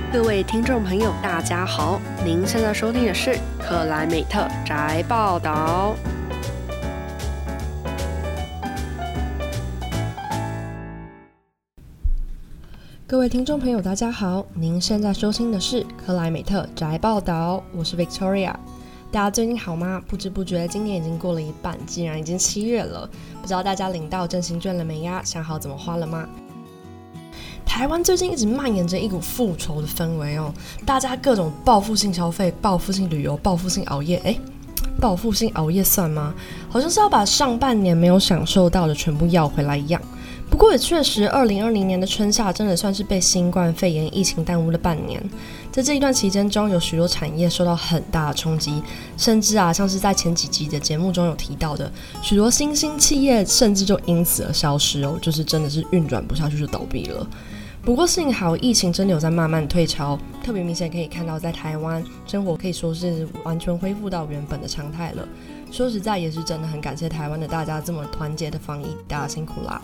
各位听众朋友大家好，您现在收听的是克莱美特宅报道。各位听众朋友大家好，您现在收听的是克莱美特宅报道，我是 Victoria。大家最近好吗？不知不觉今年已经过了一半，竟然已经7月了，不知道大家领到振兴券了没呀？想好怎么花了吗？台湾最近一直蔓延着一股复仇的氛围哦，大家各种报复性消费、报复性旅游、报复性熬夜。报复性熬夜算吗？好像是要把上半年没有享受到的全部要回来一样。不过也确实2020年的春夏真的算是被新冠肺炎疫情耽误了半年。在这一段期间中，有许多产业受到很大的冲击，甚至像是在前几集的节目中有提到的，许多新兴企业甚至就因此而消失哦，就是真的是运转不下去就倒闭了。不过幸好疫情真的有在慢慢退潮，特别明显可以看到在台湾生活可以说是完全恢复到原本的常态了。说实在也是真的很感谢台湾的大家这么团结的防疫，大家辛苦啦。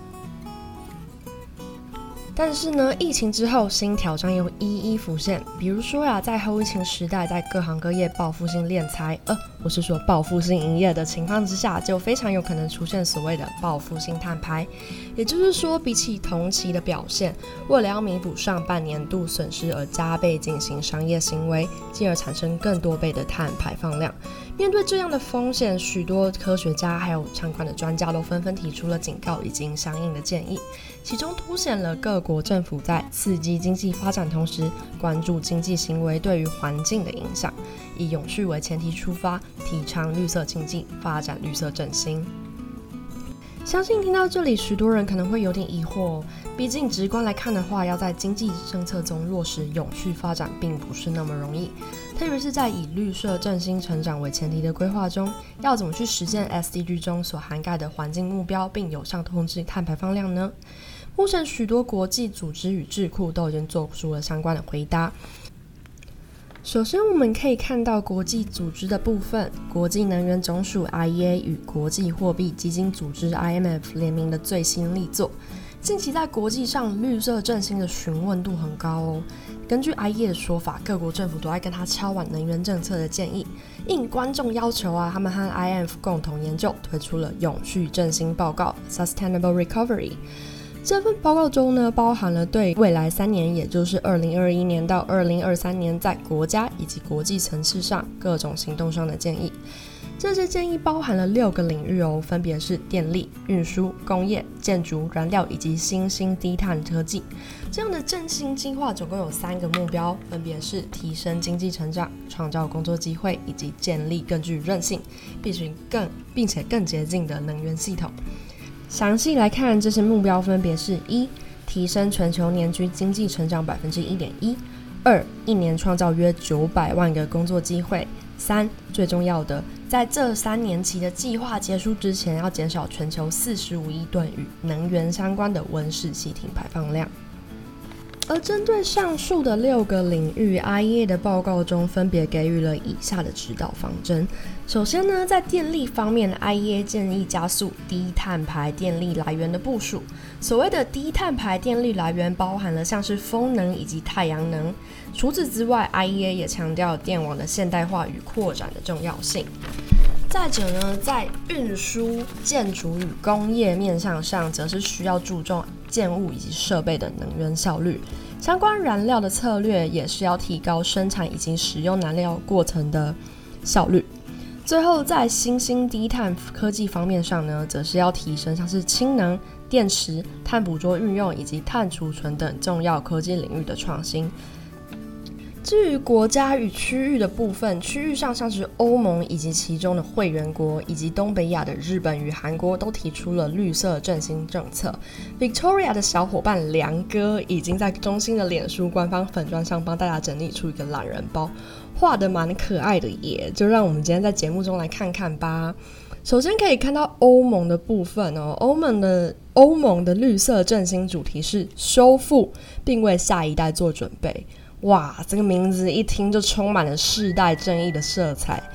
但是呢，疫情之后新挑战又一一浮现，比如说在后疫情时代，在各行各业报复性敛财，我是说报复性营业的情况之下，就非常有可能出现所谓的报复性碳排。也就是说，比起同期的表现，为了要弥补上半年度损失而加倍进行商业行为，进而产生更多倍的碳排放量。面对这样的风险，许多科学家还有相关的专家都纷纷提出了警告以及相应的建议，其中凸显了各国政府在刺激经济发展同时，关注经济行为对于环境的影响，以永续为前提出发，提倡绿色经济，发展绿色振兴。相信听到这里，许多人可能会有点疑惑哦，毕竟直观来看的话，要在经济政策中落实永续发展并不是那么容易，特别是在以绿色振兴成长为前提的规划中，要怎么去实现 SDG 中所涵盖的环境目标，并有效控制碳排放量呢？目前许多国际组织与智库都已经做出了相关的回答。首先我们可以看到国际组织的部分，国际能源总署 IEA 与国际货币基金组织 IMF 联名的最新力作。近期在国际上绿色振兴的询问度很高哦。根据 IEA 的说法，各国政府都在跟他敲碗能源政策的建议，应观众要求他们和 IMF 共同研究，推出了永续振兴报告 Sustainable Recovery。这份报告中呢，包含了对未来3年，也就是2021年到2023年，在国家以及国际层次上各种行动上的建议。这些建议包含了6个领域哦，分别是电力、运输、工业、建筑、燃料以及新兴低碳科技。这样的振兴计划总共有3个目标，分别是提升经济成长、创造工作机会以及建立更具韧性并且更洁净的能源系统。详细来看，这些目标分别是：1. 提升全球年均经济成长 1.1%； 2. 一年创造约900万个工作机会； 3. 最重要的，在这3年期的计划结束之前，要减少全球45亿吨与能源相关的温室气体排放量。而针对上述的6个领域， IEA 的报告中分别给予了以下的指导方针。首先呢，在电力方面， IEA 建议加速低碳排电力来源的部署。所谓的低碳排电力来源包含了像是风能以及太阳能。除此之外， IEA 也强调电网的现代化与扩展的重要性。再者呢，在运输、建筑与工业面向上，则是需要注重建物以及设备的能源效率。相关燃料的策略也是要提高生产以及使用燃料过程的效率。最后，在新兴低碳科技方面上呢，则是要提升像是氢能、电池、碳捕捉运用以及碳储存等重要科技领域的创新。至于国家与区域的部分，区域上像是欧盟以及其中的会员国，以及东北亚的日本与韩国都提出了绿色振兴政策。Victoria 的小伙伴梁哥已经在中心的脸书官方粉专上帮大家整理出一个懒人包，画得蛮可爱的耶，就让我们今天在节目中来看看吧。首先可以看到欧盟的部分哦，欧盟的绿色振兴主题是修复，并为下一代做准备。哇，这个名字一听就充满了世代正义的色彩。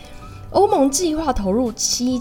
欧盟计划投入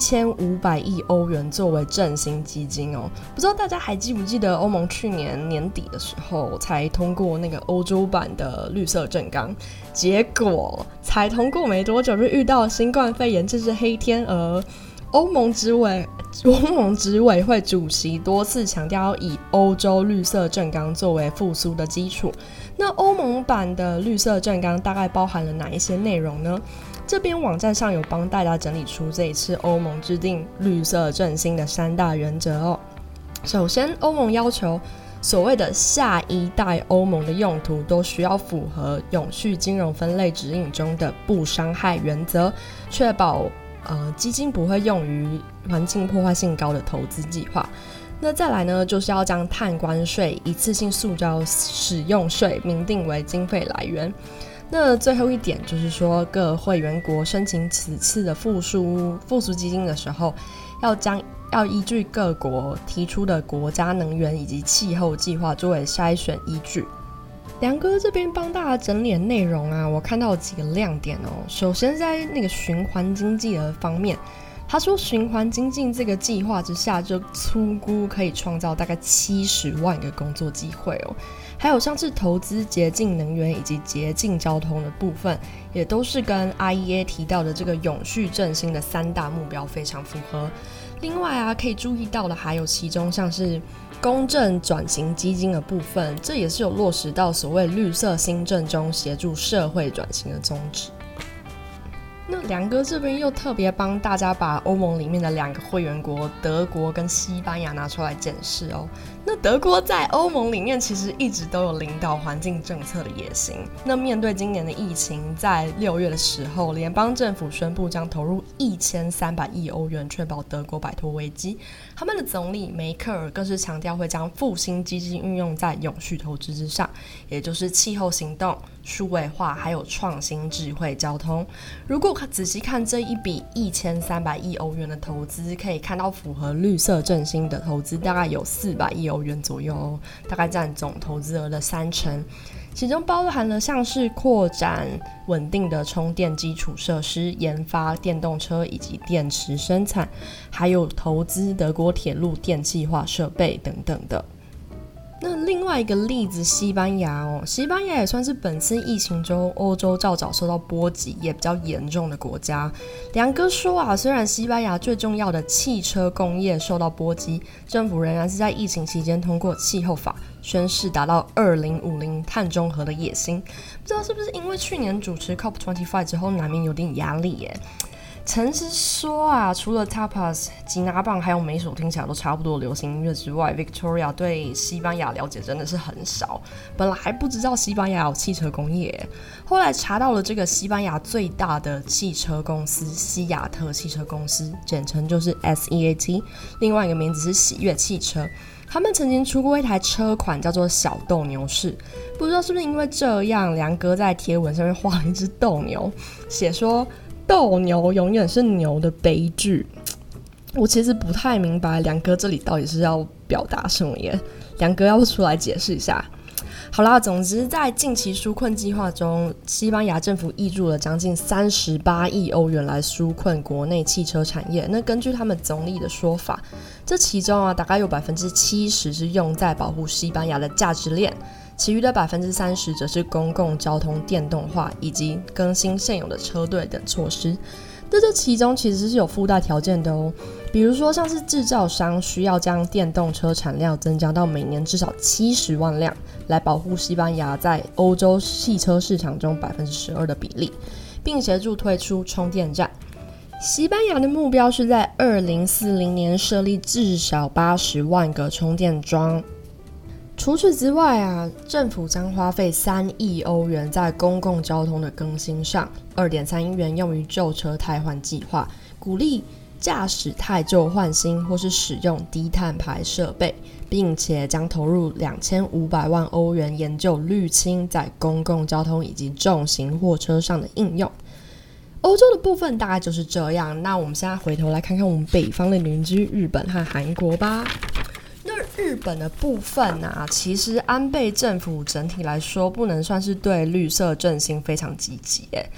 7500亿欧元作为振兴基金哦。不知道大家还记不记得欧盟去年年底的时候才通过那个欧洲版的绿色正纲，结果才通过没多久就遇到新冠肺炎这只黑天鹅。欧盟执委会主席多次强调以欧洲绿色正纲作为复苏的基础。那欧盟版的绿色正纲大概包含了哪一些内容呢？这边网站上有帮大家整理出这一次欧盟制定绿色振兴的3大原则哦。首先，欧盟要求所谓的下一代欧盟的用途都需要符合永续金融分类指引中的不伤害原则，确保基金不会用于环境破坏性高的投资计划。那再来呢，就是要将碳关税、一次性塑胶使用税明定为经费来源。那最后一点就是说，各会员国申请此次的复苏基金的时候，要依据各国提出的国家能源以及气候计划作为筛选依据。梁哥这边帮大家整理的内容啊，我看到有几个亮点哦。首先在那个循环经济的方面，他说循环经济这个计划之下，就粗估可以创造大概70万个工作机会哦。还有像是投资洁净能源以及洁净交通的部分，也都是跟 IEA 提到的这个永续振兴的3大目标非常符合。另外啊，可以注意到的还有其中像是公正转型基金的部分，这也是有落实到所谓绿色新政中协助社会转型的宗旨。那梁哥这边又特别帮大家把欧盟里面的2个会员国德国跟西班牙拿出来检视哦。那德国在欧盟里面其实一直都有领导环境政策的野心。那面对今年的疫情，在6月的时候，联邦政府宣布将投入1300亿欧元，确保德国摆脱危机。他们的总理梅克尔更是强调会将复兴基金运用在永续投资之上，也就是气候行动、数位化还有创新智慧交通。如果仔细看这一笔1300亿欧元的投资，可以看到符合绿色振兴的投资大概有400亿欧元左右哦，大概占总投资额的30%，其中包含了像是扩展稳定的充电基础设施、研发电动车以及电池生产，还有投资德国铁路电气化设备等等的。那另外一个例子，西班牙哦，西班牙也算是本次疫情中欧洲较早受到波及也比较严重的国家。梁哥说啊，虽然西班牙最重要的汽车工业受到波及，政府仍然是在疫情期间通过气候法宣示达到2050碳中和的野心。不知道是不是因为去年主持 COP25 之后难免有点压力耶。诚实说啊，除了 Tapas、吉拿棒还有每首听起来都差不多的流行音乐之外， Victoria 对西班牙了解真的是很少。本来还不知道西班牙有汽车工业，后来查到了这个西班牙最大的汽车公司西雅特汽车公司，简称就是 SEAT， 另外一个名字是喜悦汽车。他们曾经出过一台车款叫做小斗牛士，不知道是不是因为这样，梁哥在贴文上面画了一只斗牛，写说斗牛永远是牛的悲剧。我其实不太明白梁哥这里到底是要表达什么耶，梁哥要不出来解释一下？好啦，总之在近期纾困计划中，西班牙政府挹注了将近38亿欧元来纾困国内汽车产业。那根据他们总理的说法，这其中啊大概有70%是用在保护西班牙的价值链，其余的30%则是公共交通电动化以及更新现有的车队等措施。这其中其实是有附带条件的哦，比如说像是制造商需要将电动车产量增加到每年至少70万辆，来保护西班牙在欧洲汽车市场中12%的比例，并协助推出充电站。西班牙的目标是在2040年设立至少80万个充电桩。除此之外啊，政府将花费3亿欧元在公共交通的更新上，2.3亿元用于旧车汰换计划，鼓励驾驶汰旧换新或是使用低碳排设备，并且将投入2500万欧元研究滤清在公共交通以及重型货车上的应用。欧洲的部分大概就是这样，那我们现在回头来看看我们北方的邻居日本和韩国吧。日本的部分啊，其实安倍政府整体来说不能算是对绿色振兴非常积极耶。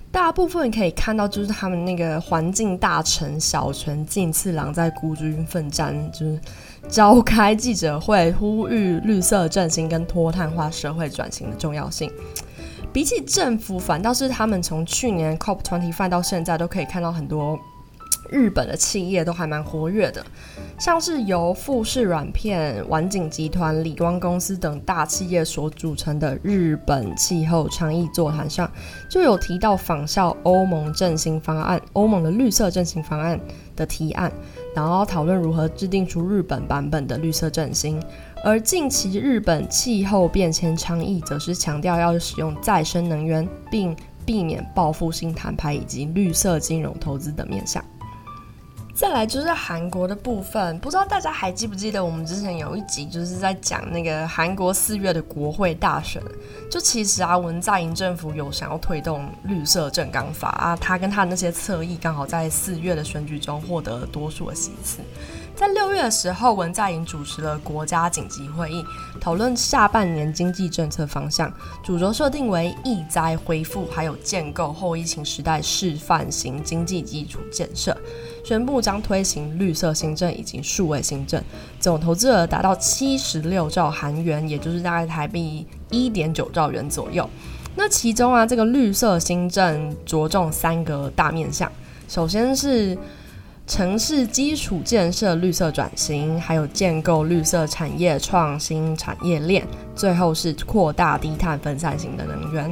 大部分可以看到，就是他们那个环境大臣小泉进次郎在孤军奋战，就是召开记者会，呼吁绿色振兴跟脱碳化社会转型的重要性。比起政府，反倒是他们从去年 COP25 到现在，都可以看到很多日本的企业都还蛮活跃的，像是由富士软片、丸井集团、理光公司等大企业所组成的日本气候倡议座谈上，就有提到仿效欧盟振兴方案、欧盟的绿色振兴方案的提案，然后讨论如何制定出日本版本的绿色振兴。而近期日本气候变迁倡议则是强调要使用再生能源，并避免报复性摊牌以及绿色金融投资等面向。再来就是韩国的部分，不知道大家还记不记得我们之前有一集就是在讲那个韩国4月的国会大选，就其实文在寅政府有想要推动绿色正纲法他跟他的那些侧翼刚好在4月的选举中获得多数的席次。在6月的时候，文在寅主持了国家紧急会议，讨论下半年经济政策方向，主轴设定为疫灾恢复，还有建构后疫情时代示范型经济基础建设，宣布将推行绿色新政以及数位新政，总投资额达到76兆韩元，也就是大概台币1.9兆元左右。那其中这个绿色新政着重3个大面向，首先是城市基础建设绿色转型，还有建构绿色产业创新产业链，最后是扩大低碳分散型的能源。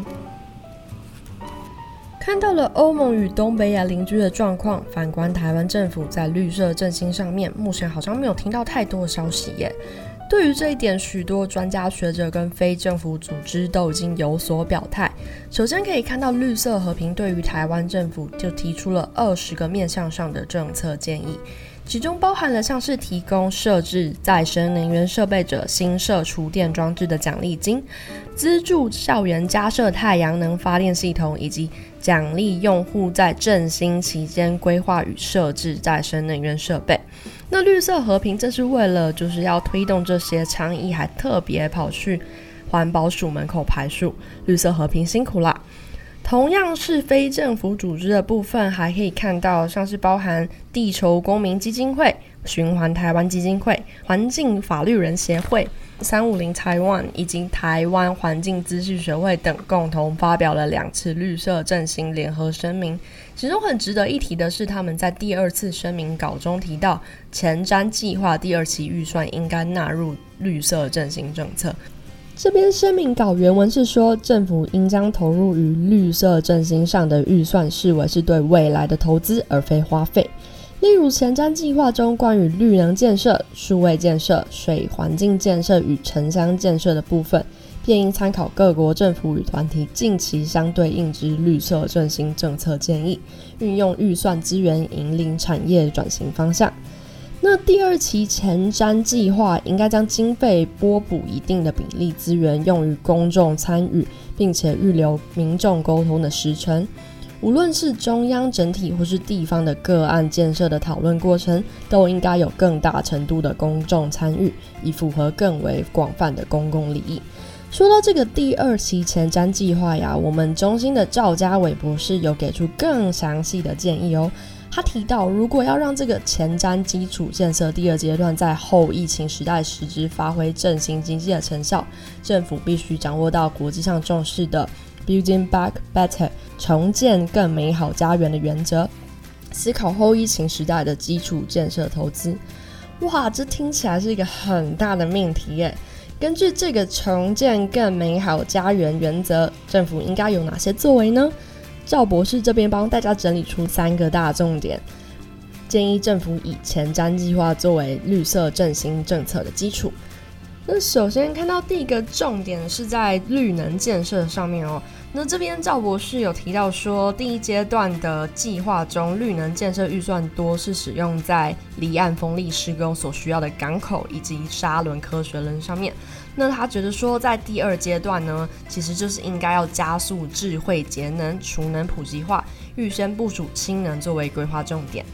看到了欧盟与东北亚邻居的状况，反观台湾政府在绿色振兴上面，目前好像没有听到太多的消息耶。对于这一点，许多专家学者跟非政府组织都已经有所表态。首先可以看到，绿色和平对于台湾政府就提出了20个面向上的政策建议，其中包含了像是提供设置再生能源设备者新设厨电装置的奖励金，资助校园加设太阳能发电系统，以及奖励用户在振兴期间规划与设置再生能源设备。那绿色和平这是为了就是要推动这些倡议，还特别跑去环保署门口排树，绿色和平辛苦啦。同样是非政府组织的部分，还可以看到像是包含地球公民基金会、循环台湾基金会、环境法律人协会、350 Taiwan 以及台湾环境资讯学会等共同发表了2次绿色振兴联合声明。其中很值得一提的是，他们在第2次声明稿中提到，前瞻计划第2期预算应该纳入绿色振兴政策。这边声明稿原文是说，政府应将投入于绿色振兴上的预算视为是对未来的投资，而非花费。例如前瞻计划中关于绿能建设、数位建设、水环境建设与城乡建设的部分，便应参考各国政府与团体近期相对应之绿色振兴政策建议，运用预算资源引领产业转型方向。那第2期前瞻计划应该将经费拨补一定的比例资源用于公众参与，并且预留民众沟通的时程。无论是中央整体或是地方的个案建设的讨论过程，都应该有更大程度的公众参与，以符合更为广泛的公共利益。说到这个第2期前瞻计划呀，我们中心的赵家伟博士有给出更详细的建议哦。他提到，如果要让这个前瞻基础建设第2阶段在后疫情时代实质发挥振兴经济的成效，政府必须掌握到国际上重视的 Building Back Better 重建更美好家园的原则，思考后疫情时代的基础建设投资。哇，这听起来是一个很大的命题耶。根据这个重建更美好家园原则，政府应该有哪些作为呢？赵博士这边帮大家整理出3个大重点，建议政府以前瞻计划作为绿色振兴政策的基础。那首先看到第一个重点是在绿能建设上面哦。那这边赵博士有提到说，第1阶段的计划中，绿能建设预算多是使用在离岸风力施工所需要的港口以及沙轮科学轮上面。那他觉得说，在第2阶段呢，其实就是应该要加速智慧节能、储能普及化，预先部署氢能作为规划重点。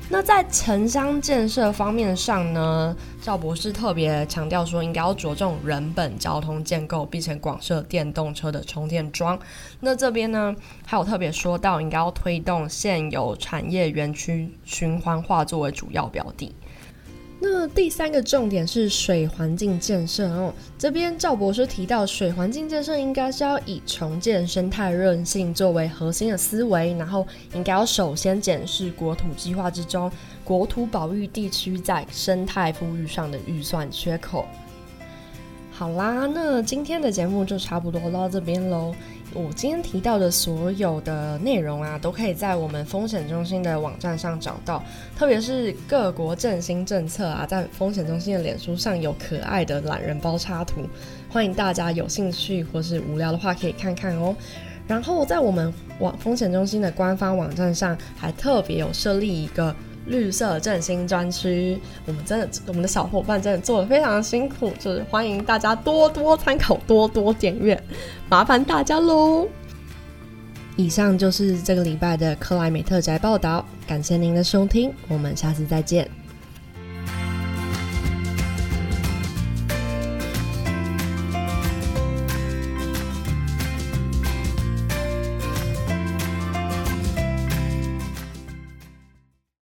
那在城乡建设方面上呢，赵博士特别强调说，应该要着重人本交通建构，并且广设电动车的充电桩。那这边呢，还有特别说到，应该要推动现有产业园区循环化作为主要标的。那第三个重点是水环境建设哦，这边赵博士提到，水环境建设应该是要以重建生态韧性作为核心的思维，然后应该要首先检视国土计划之中国土保育地区在生态富裕上的预算缺口。好啦，那今天的节目就差不多到这边咯。我今天提到的所有的内容啊，都可以在我们风险中心的网站上找到，特别是各国振兴政策啊，在风险中心的脸书上有可爱的懒人包插图，欢迎大家有兴趣或是无聊的话可以看看哦。然后在我们风险中心的官方网站上，还特别有设立一个绿色振兴专区，我们的小伙伴真的做得非常辛苦，就是欢迎大家多多参考，多多点阅，麻烦大家咯。以上就是这个礼拜的克莱美特宅报道，感谢您的收听，我们下次再见。